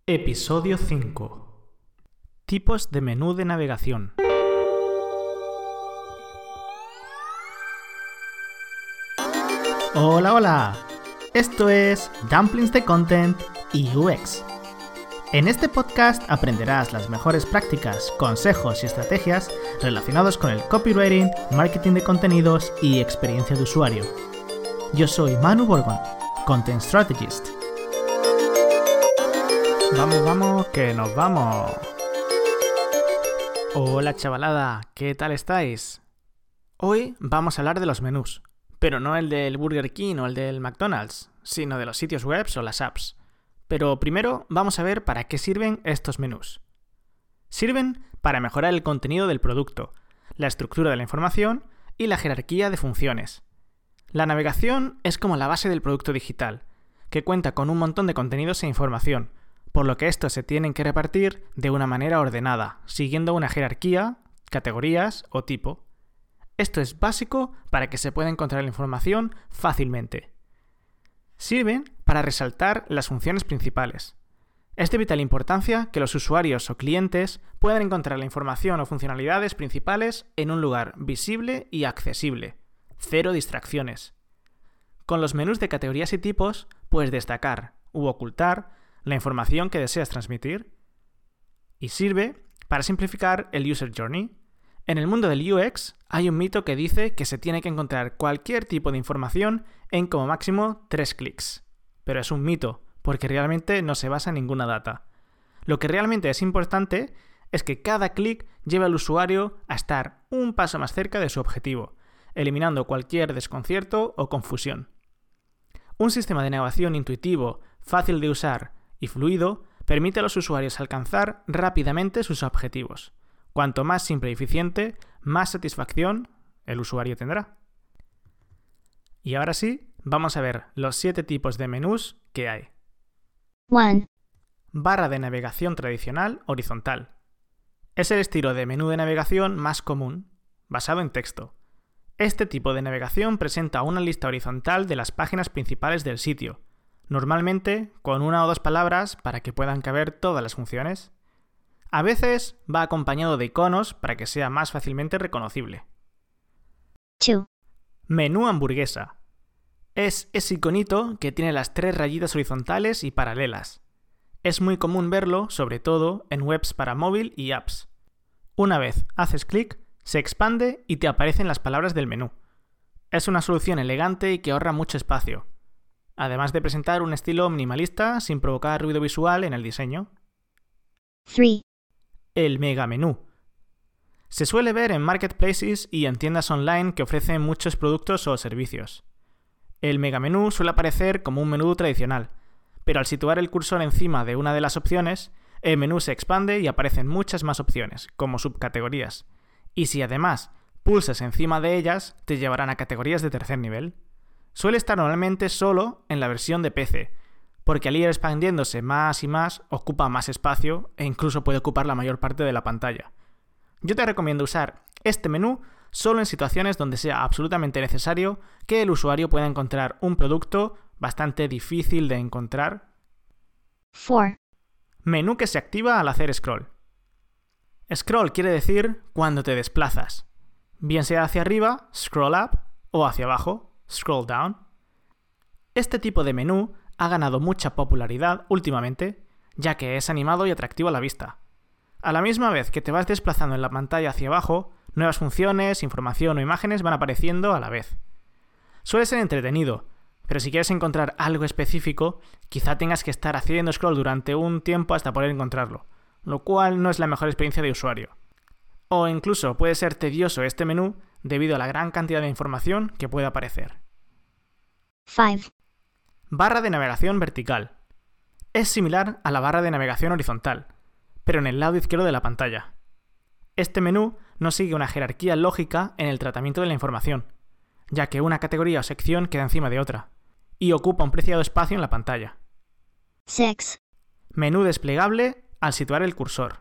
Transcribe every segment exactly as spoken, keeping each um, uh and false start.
Episodio cinco. Tipos de menú de navegación. Hola, hola. Esto es Dumplings de Content y U X. En este podcast aprenderás las mejores prácticas, consejos y estrategias relacionados con el copywriting, marketing de contenidos y experiencia de usuario. Yo soy Manu Borgon, Content Strategist. Vamos, vamos, que nos vamos. Hola chavalada, ¿qué tal estáis? Hoy vamos a hablar de los menús, pero no el del Burger King o el del McDonald's, sino de los sitios web o las apps. Pero primero vamos a ver para qué sirven estos menús. Sirven para mejorar el contenido del producto, la estructura de la información y la jerarquía de funciones. La navegación es como la base del producto digital, que cuenta con un montón de contenidos e información, por lo que estos se tienen que repartir de una manera ordenada, siguiendo una jerarquía, categorías o tipo. Esto es básico para que se pueda encontrar la información fácilmente. Sirven para resaltar las funciones principales. Es de vital importancia que los usuarios o clientes puedan encontrar la información o funcionalidades principales en un lugar visible y accesible. Cero distracciones. Con los menús de categorías y tipos puedes destacar u ocultar la información que deseas transmitir. Y sirve para simplificar el user journey. En el mundo del U X hay un mito que dice que se tiene que encontrar cualquier tipo de información en como máximo tres clics. Pero es un mito, porque realmente no se basa en ninguna data. Lo que realmente es importante es que cada clic lleve al usuario a estar un paso más cerca de su objetivo, eliminando cualquier desconcierto o confusión. Un sistema de navegación intuitivo, fácil de usar y fluido permite a los usuarios alcanzar rápidamente sus objetivos. Cuanto más simple y eficiente, más satisfacción el usuario tendrá. Y ahora sí, vamos a ver los siete tipos de menús que hay. uno. Barra de navegación tradicional horizontal. Es el estilo de menú de navegación más común, basado en texto. Este tipo de navegación presenta una lista horizontal de las páginas principales del sitio, normalmente con una o dos palabras para que puedan caber todas las funciones. A veces va acompañado de iconos para que sea más fácilmente reconocible. dos. Menú hamburguesa. Es ese iconito que tiene las tres rayitas horizontales y paralelas. Es muy común verlo, sobre todo, en webs para móvil y apps. Una vez haces clic, se expande y te aparecen las palabras del menú. Es una solución elegante y que ahorra mucho espacio, además de presentar un estilo minimalista sin provocar ruido visual en el diseño. tres. El megamenú. Se suele ver en marketplaces y en tiendas online que ofrecen muchos productos o servicios. El megamenú suele aparecer como un menú tradicional, pero al situar el cursor encima de una de las opciones, el menú se expande y aparecen muchas más opciones, como subcategorías. Y si además pulsas encima de ellas, te llevarán a categorías de tercer nivel. Suele estar normalmente solo en la versión de P C, porque al ir expandiéndose más y más, ocupa más espacio e incluso puede ocupar la mayor parte de la pantalla. Yo te recomiendo usar este menú solo en situaciones donde sea absolutamente necesario que el usuario pueda encontrar un producto bastante difícil de encontrar. cuatro. Menú que se activa al hacer scroll. Scroll quiere decir cuando te desplazas, bien sea hacia arriba, scroll up, o hacia abajo, scroll down. Este tipo de menú ha ganado mucha popularidad últimamente, ya que es animado y atractivo a la vista. A la misma vez que te vas desplazando en la pantalla hacia abajo, nuevas funciones, información o imágenes van apareciendo a la vez. Suele ser entretenido, pero si quieres encontrar algo específico, quizá tengas que estar haciendo scroll durante un tiempo hasta poder encontrarlo, lo cual no es la mejor experiencia de usuario. O incluso puede ser tedioso este menú debido a la gran cantidad de información que puede aparecer. cinco. Barra de navegación vertical. Es similar a la barra de navegación horizontal, pero en el lado izquierdo de la pantalla. Este menú no sigue una jerarquía lógica en el tratamiento de la información, ya que una categoría o sección queda encima de otra, y ocupa un preciado espacio en la pantalla. seis. Menú desplegable al situar el cursor.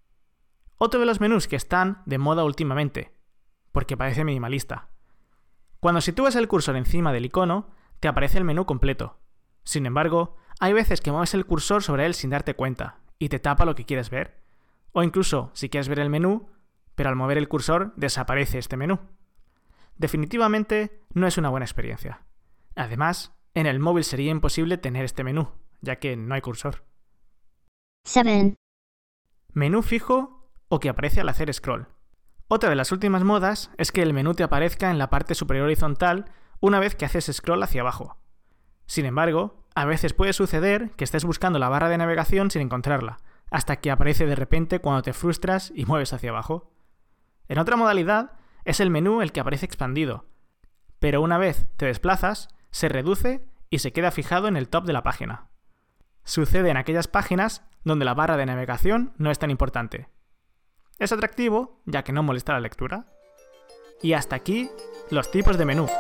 Otro de los menús que están de moda últimamente, porque parece minimalista. Cuando sitúas el cursor encima del icono, te aparece el menú completo. Sin embargo, hay veces que mueves el cursor sobre él sin darte cuenta y te tapa lo que quieres ver. O incluso, si quieres ver el menú, pero al mover el cursor desaparece este menú. Definitivamente no es una buena experiencia. Además, en el móvil sería imposible tener este menú, ya que no hay cursor. seven, Menú fijo o que aparece al hacer scroll. Otra de las últimas modas es que el menú te aparezca en la parte superior horizontal una vez que haces scroll hacia abajo. Sin embargo, a veces puede suceder que estés buscando la barra de navegación sin encontrarla, hasta que aparece de repente cuando te frustras y mueves hacia abajo. En otra modalidad, es el menú el que aparece expandido, pero una vez te desplazas, se reduce y se queda fijado en el top de la página. Sucede en aquellas páginas donde la barra de navegación no es tan importante. Es atractivo, ya que no molesta la lectura. Y hasta aquí, los tipos de menú.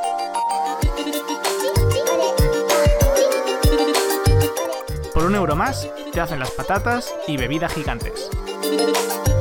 Por un euro más, te hacen las patatas y bebida gigantes.